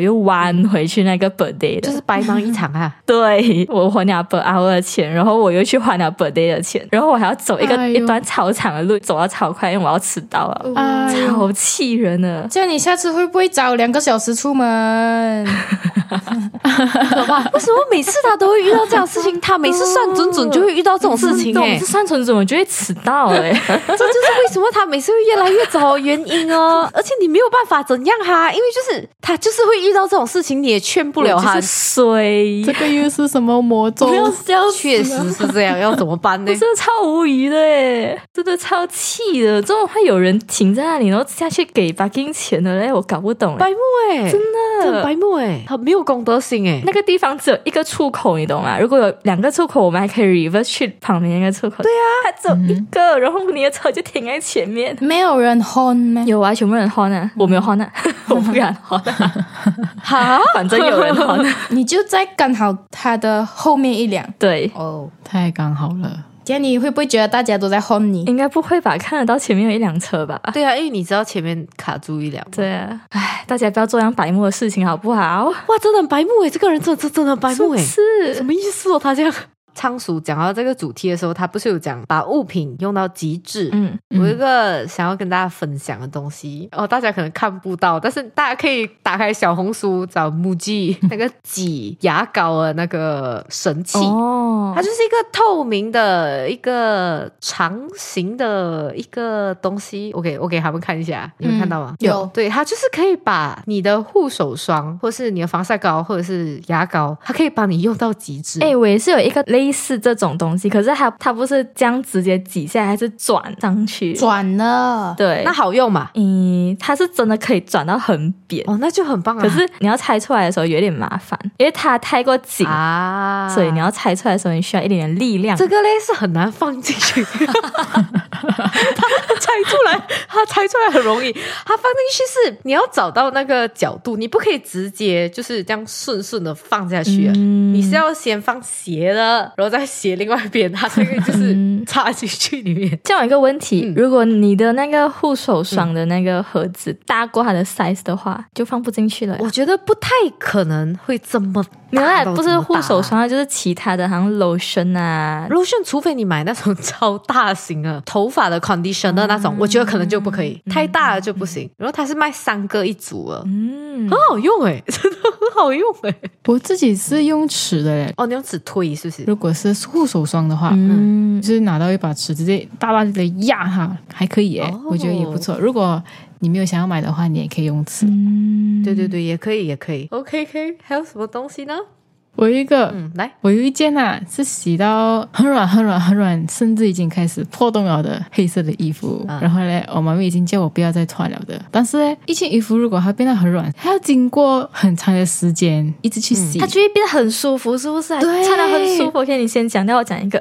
搬回去那个 birthday 的， 就是白忙一场啊。 对，我还了 per hour 的钱，然后我又去还了 birthday 的钱，然后我还要走一个、 哎呦一段超长的路，走到超快，因为我要迟到了， 哎呦超气人的。 这样你下次会不会早两个小时出门？ 可怕！为什么每次他都会遇到这样的事情？他每次算准准就会遇到这种事情哎、欸， 这算准准我就会迟到哎、欸， 这就是为什么他每次会越来越早的原因哦。而且你没有办法怎样他，因为就是他就是会遇到这种事情，你也劝不了他。 就是衰， 这个又是什么魔咒？ 不要笑死确实是这样，要怎么办呢？ 我真的超无语的耶，真的超气的。这种会有人停在那里，然后下去给 parking 钱的嘞，我搞不懂白耶。 目哎、欸， 真真的白目哎、欸，很没有公德心哎、欸。 那个地方只有一个出口，你懂吗？如果有两个出口，我们还可以 reverse 去旁边那个出口。对啊，它只有一个，然后你的车就停在前面。 没有人 horn 吗？ 有啊，全部人 horn 啊，我没有 horn 啊，我不敢 horn 啊。 好， 反正有人 horn 啊。 你就在刚好他的后面一辆对， 哦。 太刚好了。 这样你会不会觉得大家都在 horn 你？ 应该不会吧？看得到前面有一辆车吧？ 对啊，因为你知道前面卡住一辆。 对啊，唉，大家不要做这样白目的事情好不好？ 哇，真的很白目哎、欸，这个人真的真的真的很白目哎、欸， 是什么意思哦？他这样。仓鼠讲到这个主题的时候，他不是有讲把物品用到极致？ 嗯， 我有一个想要跟大家分享的东西哦，大家可能看不到，但是大家可以打开小红书找母鸡那个挤牙膏的那个神器。 哦， 它就是一个透明的一个长形的一个东西，我给我给他们看一下，你们看到吗？ 嗯有对，它就是可以把你的护手霜，或是你的防晒膏，或者是牙膏，它可以帮你用到极致。 哎、我也是有一个类似这种东西，可是它它不是这样直接挤下来，还是转上去。 转了， 对， 那好用嘛？ 嗯，它是真的可以转到很扁， 哦，那就很棒啊。 可是你要拆出来的时候有点麻烦，因为它太过紧， 啊， 所以你要拆出来的时候你需要一点点力量。 这个嘞是很难放进去，它拆出来，它拆出来很容易，它放进去是你要找到那个角度，你不可以直接就是这样顺顺的放下去啊， 嗯你是要先放斜的，然后再斜另外一边，它这个就是插进去里面。 这样有一个问题、 嗯如果你的那个护手霜的那个盒子大过它的 size 的话，就放不进去了。 我觉得不太可能会这么没有啦， 大到不是这么大护手霜，它就是其他的，好像 lotion 啊。 lotion，除非你买那种超大型的头发的 conditioner 那种，我觉得可能就不可以，太大了就不行。然后它是卖三个一组的， 嗯， 很好用哎、真的很好用哎、 我自己是用尺的嘞。 哦，你用纸推是不是？ 如果是护手霜的话， 嗯， 就是拿到一把尺直接大大的压它，还可以耶、 哦我觉得也不错。如果你没有想要买的话，你也可以用尺。 嗯对对对，也可以也可以。OK OK，还有什么东西呢？ 我有一个， 嗯，来， 我有一件啊，是洗到很软很软很软，甚至已经开始破洞了的黑色的衣服。 啊然后呢，我妈妈已经叫我不要再穿了的。但是呢，一件衣服如果它变得很软，它要经过很长的时间一直去洗。 它就会变得很舒服，是不是？ 对穿得很舒服。OK，你先讲，待我讲一个。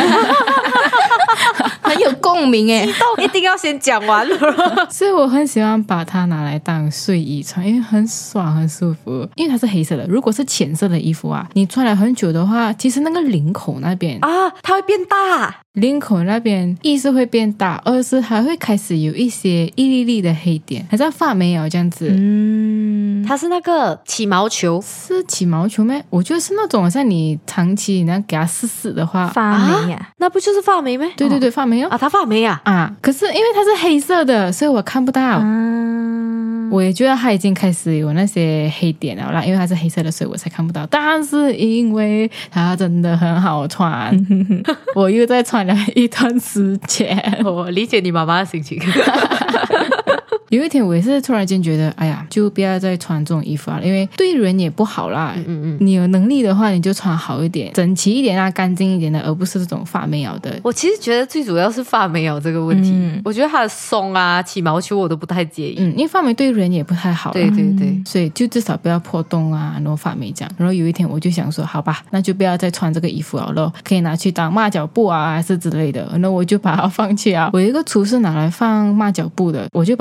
很有共鸣哎。 一定要先讲完了。 所以我很喜欢把它拿来当睡衣穿，因为很爽很舒服。因为它是黑色的，如果是浅色的衣服啊，你穿了很久的话，其实那个领口那边啊，它会变大。 领口那边一是会变大，二是还会开始有一些一粒粒的黑点，好像发霉哦这样子。 嗯， 它是那个起毛球是起毛球咩？我觉得是那种好像你长期你要给它试试的话， 发霉呀、 那不就是发霉吗？ 对对对，发霉哦啊，它发霉啊。 啊！可是因为它是黑色的，所以我看不到。 嗯， 我也觉得它已经开始有那些黑点了啦，因为它是黑色的，所以我才看不到。但是因为它真的很好穿，我又在穿了一段时间。 我理解你妈妈的心情。 有一天我也是突然间觉得，哎呀，就不要再穿这种衣服了，因为对人也不好啦。 嗯嗯， 你有能力的话，你就穿好一点、整齐一点啊，干净一点的，而不是这种发霉了的。 我其实觉得最主要是发霉有这个问题。 嗯我觉得它的松啊、起毛球我都不太介意。 嗯，因为发霉对人也不太好啦。 对对对， 所以就至少不要破洞啊，然后发霉这样。然后有一天我就想说，好吧，那就不要再穿这个衣服了咯，可以拿去当抹脚布啊，还是之类的。那我就把它放去啊。我有一个橱是拿来放抹脚布的，我就把它放在那个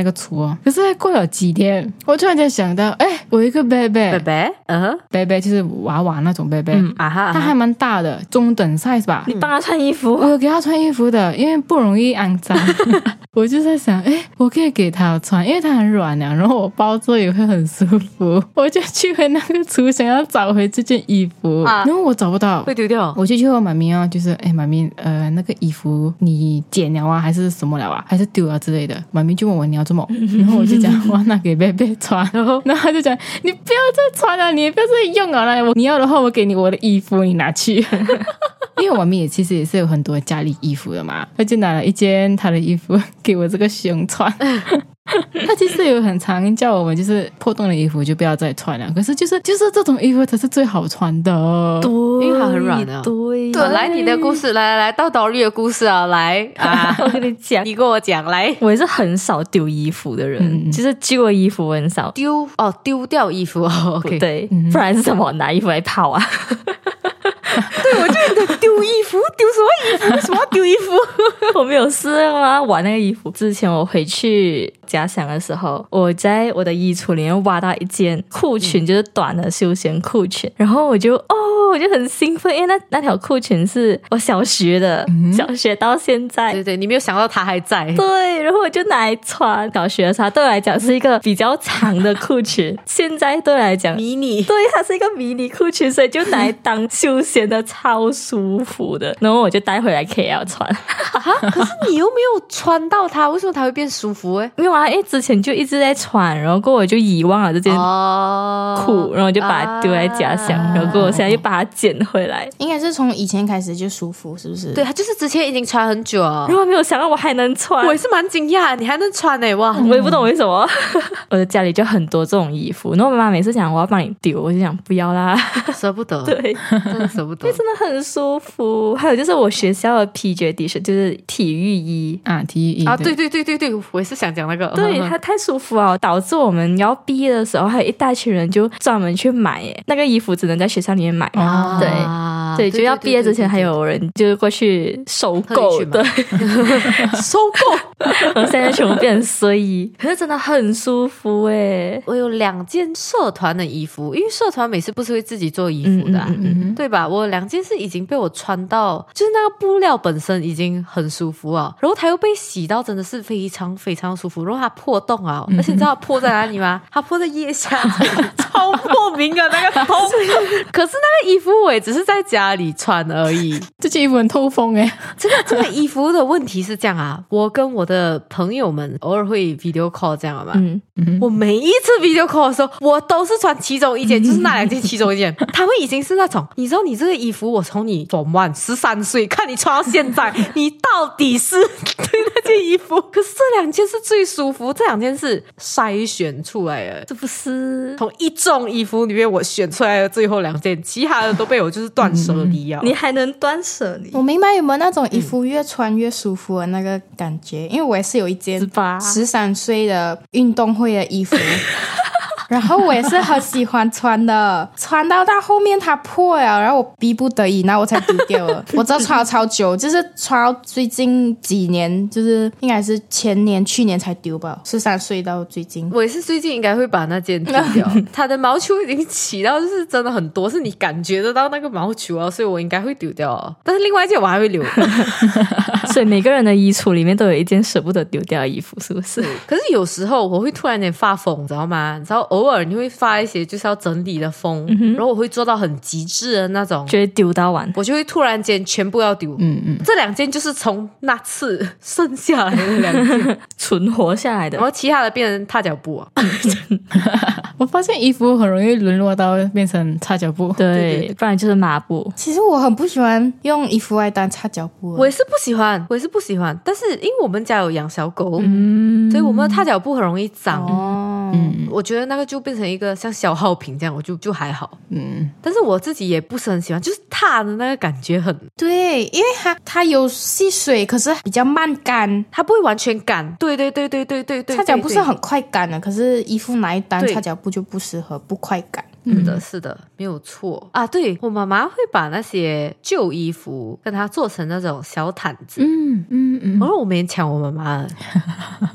个橱哦。可是过了几天，我突然间想到，哎，我有一个贝贝， 贝贝，嗯哼， 贝贝就是娃娃那种贝贝， 嗯啊哈， 它还蛮大的，中等 size 吧。 你帮他穿衣服， 我有给他穿衣服的，因为不容易肮脏。我就在想，哎，我可以给他穿，因为它很软啊，然后我包着也会很舒服。我就去回那个橱想要找回这件衣服，啊、然后我找不到， 会丢掉。 我就去问妈咪哦，就是哎，妈咪，呃，那个衣服你剪了啊，还是什么了啊，还是丢了之类的？妈咪就问我你要怎么，然后我就讲我要拿给贝贝穿，然后然后他就讲你不要再穿了，你也不要再用了，我你要的话我给你我的衣服，你拿去。因为我妈咪也其实也是有很多家里衣服的嘛，她就拿了一件她的衣服给我这个兄穿。他其实有很常叫我们就是破洞的衣服就不要再穿了，可是就是就是这种衣服才是最好穿的， 对， 因为它很软啊。 对， 对，来你的故事，来来来，到岛屿的故事啊，来啊！ 我跟你讲， 你跟我讲，来， 我也是很少丢衣服的人，嗯、其实旧的衣服我很少丢哦，丢掉衣服哦， okay 对，嗯、不然是什么拿衣服来泡啊？ 对，我就觉得丢衣服，丢什么衣服？为什么要丢衣服？ 我没有试啊，玩那个衣服。之前我回去家乡的时候，我在我的衣橱里面挖到一件裤裙，嗯、就是短的休闲裤裙，然后我就哦，我就很兴奋，因为那那条裤裙是我小学的，嗯、小学到现在， 对对，你没有想到它还在， 对，然后我就拿来穿。小学的时候对我来讲是一个比较长的裤裙，现在对我来讲迷你， 对，它是一个迷你裤裙，所以就拿来当休闲的，超舒服的。然后我就带回来 K L 穿。 啊，可是你又没有穿到它，为什么它会变舒服？哎， 没有啊，因为之前就一直在穿，然后过后我就遗忘了这件裤，哦、然后我就把它丢在家乡，啊、然后过后我现在又把它捡回来。 应该是从以前开始就舒服，是不是？ 对，它就是之前已经穿很久了， 然后没有想到我还能穿， 我也是蛮惊讶，你还能穿哎，哇！ 我也不懂为什么，我的家里就很多这种衣服，然后我妈妈每次讲我要帮你丢，我就想不要啦， 舍不得， 对， 真的舍不得， 因为真的很舒服。还有就是我学校的 P J T 恤，就是体育衣啊，体育衣啊，对对对对对，我也是想讲那个， 对，它太舒服了，导致我们要毕业的时候，还有一大群人就专门去买，耶，那个衣服只能在学校里面买， 啊、 对。对，就要毕业之前还有人就是过去收购，对， 收购， 然后现在全部变成睡衣，可是真的很舒服哎。 我有两件社团的衣服，因为社团每次不是会自己做衣服的、啊嗯嗯嗯，对吧？我有两件是已经被我穿到，就是那个布料本身已经很舒服啊，然后它又被洗到真的是非常非常舒服，然后它破洞啊，而且你知道它破在哪里吗？它破在腋下，超莫名的那个痛。可是那个衣服我也只是在家里穿而已， 这件衣服很透风哎。 这个这个衣服的问题是这样啊，我跟我的朋友们偶尔会 video call 这样嘛，嗯嗯，我每一次 video call 的时候，我都是穿其中一件，就是那两件其中一件。他们已经是那种，你知道你这个衣服，我从你转弯十三岁看你穿到现在，你到底是对那件衣服？可是这两件是最舒服，这两件是筛选出来的， 这不是从一众衣服里面我选出来的最后两件，其他的都被我就是断舍离啊。 你还能断舍离？ 我明白有没有那种衣服越穿越舒服的那个感觉，因为我也是有一件十三岁的运动会的衣服。然后我也是很喜欢穿的，穿到到后面它破了，然后我逼不得已，然后我才丢掉了。我知道穿了超久，就是穿到最近几年，就是应该是前年、去年才丢吧。十三岁到最近， 我也是最近应该会把那件丢掉。它的毛球已经起到就是真的很多，是你感觉得到那个毛球啊，所以我应该会丢掉啊。但是另外一件我还会留。 所以每个人的衣橱里面都有一件舍不得丢掉的衣服，是不是？ 可是有时候我会突然间发疯，你知道吗？你知道偶尔你会发一些就是要整理的疯、嗯、然后我会做到很极致的那种， 就会丢到完， 我就会突然间全部要丢。嗯嗯，这两件就是从那次剩下来的两件存活下来的， 然后其他的变成擦脚布啊。 我发现衣服很容易沦落到变成擦脚布， 对，对对对，不然就是抹布。 其实我很不喜欢用衣服来当擦脚布， 我也是不喜欢，我也是不喜欢。但是因为我们家有养小狗，嗯，所以我们的擦脚布很容易脏。哦，嗯，我觉得那个就变成一个像消耗品这样，我就就还好。嗯，但是我自己也不是很喜欢，就是踏的那个感觉很对，因为它它有吸水，可是比较慢干， 它不会完全干。对对对对对对对， 擦脚布是很快干的，可是衣服拿一单擦脚布就不适合，不快干。 是的，是的，没有错啊！对，我妈妈会把那些旧衣服跟它做成那种小毯子，嗯嗯嗯，然后我没抢我妈妈，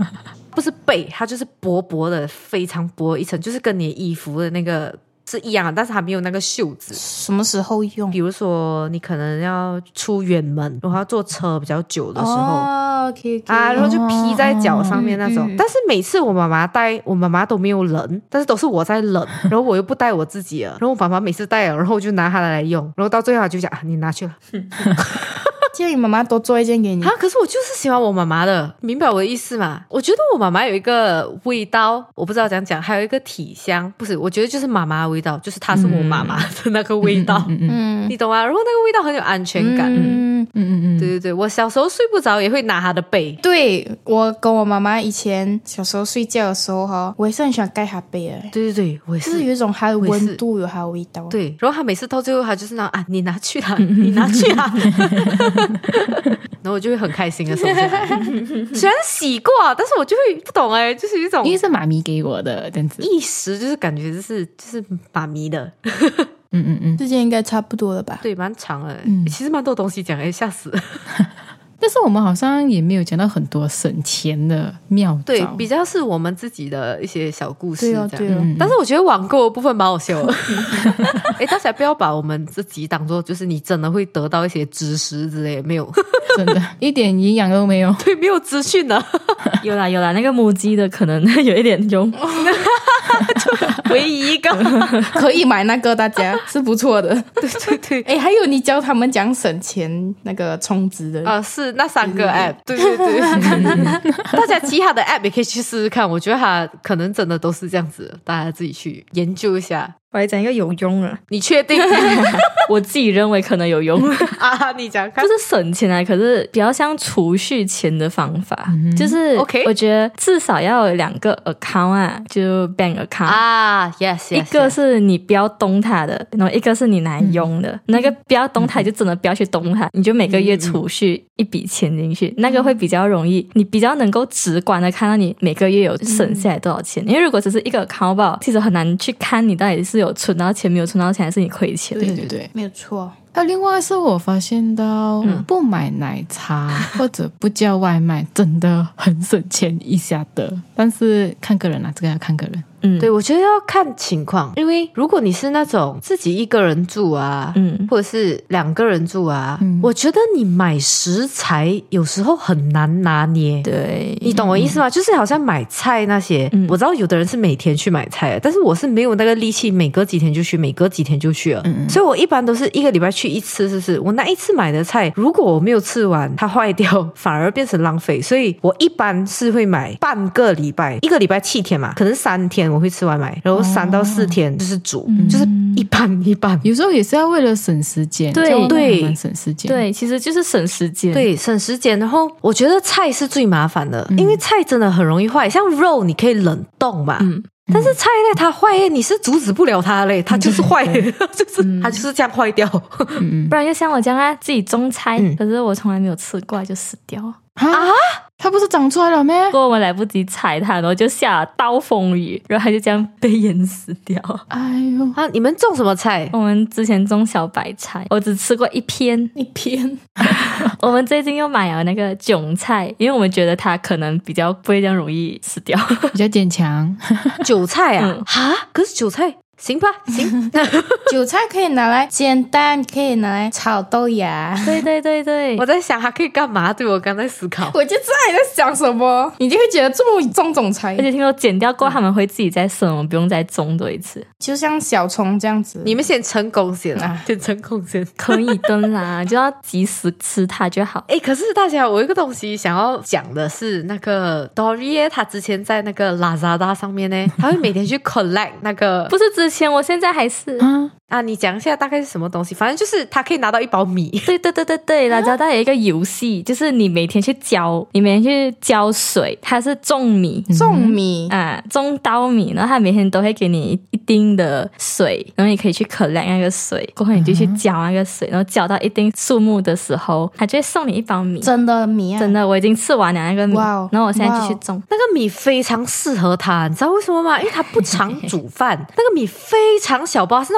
不是背，它就是薄薄的非常薄一层，就是跟你的衣服的那个是一样的，但是它没有那个袖子。 什么时候用？ 比如说你可能要出远门，然后要坐车比较久的时候、 哦、OK OK 啊，然后就披在脚上面那种、 哦嗯嗯、 但是每次我妈妈带，我妈妈都没有冷，但是都是我在冷，然后我又不带我自己了，然后我妈妈每次带了，然后我就拿它来用，然后到最后她就讲、啊、你拿去了建议你妈妈多做一件给你啊！可是我就是喜欢我妈妈的，明白我的意思吗？我觉得我妈妈有一个味道，我不知道怎样讲，还有一个体香，不是，我觉得就是妈妈的味道，就是她是我妈妈的那个味道， 嗯嗯嗯嗯你懂吗？然后那个味道很有安全感， 嗯嗯嗯嗯， 对对对，我小时候睡不着也会拿她的被， 对，我跟我妈妈以前小时候睡觉的时候哈，我也是很喜欢盖她被的， 对对对，我也， 就是是有一种它的温度，有它的味道。 对，然后她每次到最后她就是那种啊，你拿去啦，你拿去啦。然后我就会很开心的收下来，虽然洗过，但是我就会不懂哎，就是一种因为是妈咪给我的这样子， 一时就是感觉就是就是妈咪的， 嗯嗯嗯， 这件应该差不多了吧？ 对，蛮长的， 嗯其实蛮多东西讲，哎，吓死了。 但是我们好像也没有讲到很多省钱的妙招， 对，比较是我们自己的一些小故事对哦对哦这样。 嗯但是我觉得网购的部分蛮好笑的。哎，大家不要把我们自己当做就是你真的会得到一些知识之类的，没有， 真的一点营养都没有。 对，没有资讯的。 有啦有啦，那个母鸡的可能有一点用， 唯一一个， 可以买那个，大家是不错的。 对对对。 哎，还有你教他们讲省钱那个充值的啊、是那三个 app，对对对，大家其他的 app 也可以去试试看，我觉得它可能真的都是这样子的，大家自己去研究一下。 我来讲一个有用的， 你确定？ 我自己认为可能有用， 啊，你讲看不。是省钱啊，可是比较像储蓄钱的方法，就是 OK 我觉得至少要有两个 account 啊，就 bank account。 啊 ，yes yes， 一个是你不要动它的，然后一个是你拿来用的。那个不要动它，就真的不要去动它，你就每个月储蓄一笔钱进去，那个会比较容易，你比较能够直观的看到你每个月有省下来多少钱。因为如果只是一个 account 吧，其实很难去看你到底是有存到钱没有存到钱，还是你亏钱。 对对对， 没有错。 还有另外是我发现到，不买奶茶或者不叫外卖，真的很省钱一下的。但是看个人啊，这个要看个人。 嗯， 对，我觉得要看情况，因为如果你是那种自己一个人住啊， 嗯或者是两个人住啊， 嗯我觉得你买食材有时候很难拿捏。 对， 你懂我意思吗？就是好像买菜那些， 嗯我知道有的人是每天去买菜的，但是我是没有那个力气，每隔几天就去，每隔几天就去了。 嗯嗯所以我一般都是一个礼拜去一次，是不是？我那一次买的菜，如果我没有吃完，它坏掉，反而变成浪费。所以我一般是会买半个礼拜，一个礼拜七天嘛，可能三天我会吃外卖，然后三到四天就是煮，就是一半一半。 有时候也是要为了省时间， 对叫外卖对还蛮省时间。 对，其实就是省时间。 对，省时间。然后我觉得菜是最麻烦的，因为菜真的很容易坏。像肉你可以冷冻嘛， 嗯但是菜呢，它坏耶，你是阻止不了它嘞，它就是坏，就是它就是这样坏掉。 不然就像我这样啊，自己种菜， 嗯可是我从来没有吃过，就死掉了。 啊，它不是长出来了咩？ 不过我们来不及采它，然后就下了暴风雨，然后它就这样被淹死掉。 哎呦， 啊，你们种什么菜？ 我们之前种小白菜，我只吃过一片。 一片我们最近又买了那个韭菜，因为我们觉得它可能比较不会这样容易死掉。 比较坚强。 韭菜啊嗯？ 哈、可是韭菜行吧，行。 韭菜可以拿来煎蛋，可以拿来炒豆芽。 对对对对我，在想它可以干嘛？对，我刚在思考。 我就知道你在想什么，你就会觉得这么种种菜而，且听说剪掉过后他们会自己再生，我们不用再种多一次， 就像小葱这样子。 你们先成功先啦， 啊先成功先。 可以的啦，就要及时吃它就好。 哎，可是大家，我有一个东西想要讲的是，那个 Dory 他之前在那个 Lazada 上面呢，他会每天去 collect 那个不是之前，我现在还是。 啊， 啊，你讲一下大概是什么东西？反正就是他可以拿到一包米。 对对对对对，辣椒袋有一个游戏，就是你每天去浇，你每天去浇水，它是种米。 种米， 啊，种稻米，然后它每天都会给你一定的水，然后你可以去 collect 那个水，过后你就去浇那个水，然后浇到一定数目的时候，它就会送你一包米。 真的米啊， 真的，我已经吃完了那个米， 哇哦然后我现在继续种。 那个米非常适合他，你知道为什么吗？因为他不常煮饭，那个米非常小包，是那种一 K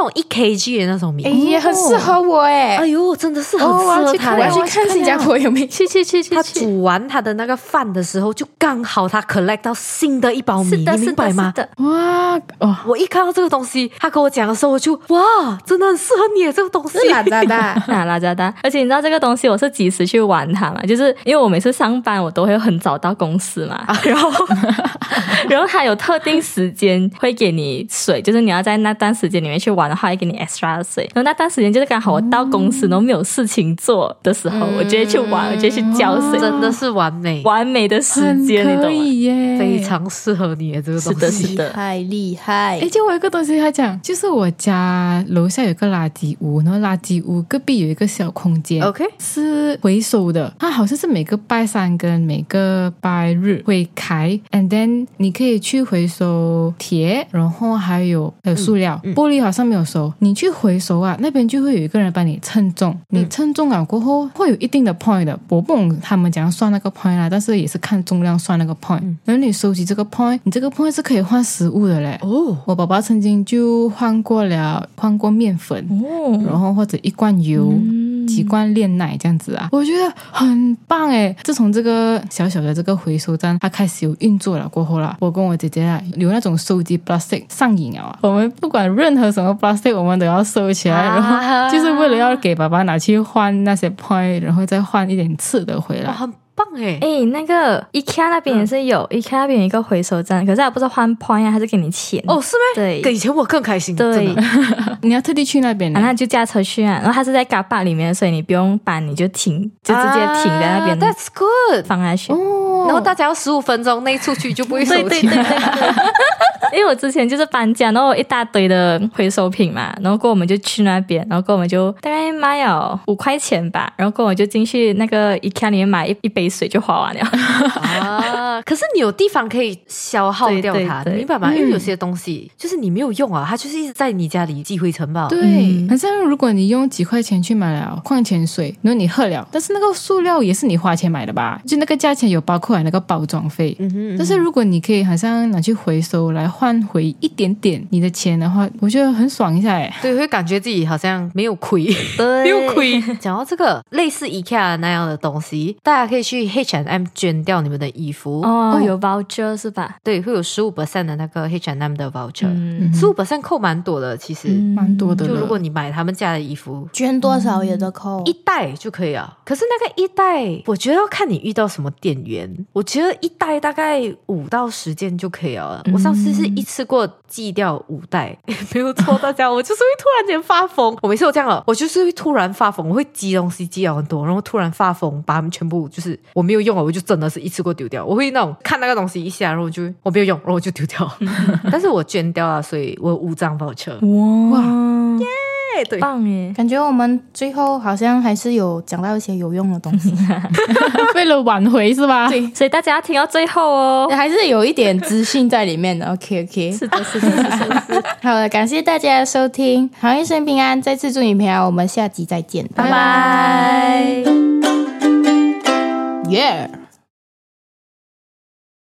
K G 的那种棉， 哎，也很适合我哎。 哎呦，真的是很哦，我适合要去看，我他嘞。 要去看新加坡有没有。 去去去去他去， 煮完他的那个饭的时候，就刚好他 collect 到新的一包米， 是的， 你是的，是明白吗？ 的。 哇哦， 我一看到这个东西，他跟我讲的时候，我就哇，真的很适合你这个东西。 是拉扎达， 啊，拉扎达！而且你知道这个东西我是几时去玩它嘛？就是因为我每次上班我都会很早到公司嘛，然后然后它有特定时间会给你水，就是你要在那段时间里面去玩的话，会给你 extra 的水。然后那段时间就是刚好我到公司然后没有事情做的时候，我就会去玩，我就会去浇水， 真的是完美， 完美的时很间，你可懂吗？ 以耶， 非常适合你的这个东西。 是的，是的。 太厉害哎，！就我有一个东西他讲，就是我家楼下有一个垃圾屋，然后垃圾屋隔壁有一个小空间 OK 是回收的，它好像是每个拜三跟每个拜日会开 ，and then 你可以去回收铁，然后还有还有塑料、 嗯嗯玻璃好像没有收，你去回收啊，那边就会有一个人帮你称重，你称重了过后会有一定的 point 的，我不懂他们怎样算那个 point 啦，但是也是看重量算那个 point，、 嗯然后你收集这个 point，你这个 point 是可以换食物的嘞。 哦， 我爸爸曾经就换过了，换过面粉， 哦， 然后或者一罐油。几罐炼奶这样子啊，我觉得很棒诶。自从这个小小的这个回收站它开始有运作了过后啦，我跟我姐姐啊有那种收集 plastic 上瘾啊。我们不管任何什么 plastic， 我们都要收起来， 啊然后就是为了要给爸爸拿去换那些 point， 然后再换一点次的回哇， 来。 很棒哎！ 哎，那个 IKEA 那边也是有、嗯、IKEA 那边有一个回收站，可是它不是换 point 啊，还是给你钱哦，是吗？ 对跟以前我更开心， 对真的。 你要特地去那边呢啊，？那就驾车去啊，然后它是在嘎巴里面，所以你不用搬，你就停，就直接停在那边、 啊、That's good。 放下去。 哦， 然后大家要十五分钟内出去就不会收对钱。 对对对对，因为我之前就是搬家，然后一大堆的回收品嘛，然后过后我们就去那边，然后过后我们就大概买了五块钱吧，然后过后我就进去那个 IKEA 里面买一一杯水就花完了。 啊！可是你有地方可以消耗掉它， 对对对你明白吗？ 嗯因为有些东西就是你没有用啊，它就是一直在你家里积灰尘吧。 对， 嗯好像如果你用几块钱去买了矿泉水，然后你喝了，但是那个塑料也是你花钱买的吧？就那个价钱有包括那个包装费。 嗯哼， 但是如果你可以好像拿去回收来换回一点点你的钱的话，我觉得很爽一下哎。 对，会感觉自己好像没有亏， 对没有亏。讲到这个类似 IKEA 那样的东西，大家可以去 H and M 捐掉你们的衣服。 哦，有 voucher 是吧？ 对，会有十五 percent 的那个 H and M 的 voucher， 嗯十五 percent 扣蛮多的，其实。 蛮多的了。 就如果你买他们家的衣服， 捐多少也得扣。 一袋就可以了。可是那个一袋，我觉得要看你遇到什么店员。我觉得一袋大概五到十件就可以了。我上次是一次过寄掉五袋，没有错，大家，我就是会突然间发疯。我每次都这样了，我就是会突然发疯，我会积东西积了很多，然后突然发疯，把它们全部就是我没有用了，我就真的是一次过丢掉。我会那种看那个东西一下，然后我就我没有用，然后我就丢掉。但是我捐掉了，所以我有五张 voucher。 哇， 哎，对， 棒耶！ 感觉我们最后好像还是有讲到一些有用的东西， 为了挽回是吧？ 对， 所以大家要听到最后哦。 还是有一点资讯在里面的。OK OK， 是的，是的，是的，是的。 好了，感谢大家的收听，好一生平安，再次祝你平安，我们下集再见， 拜拜。 耶。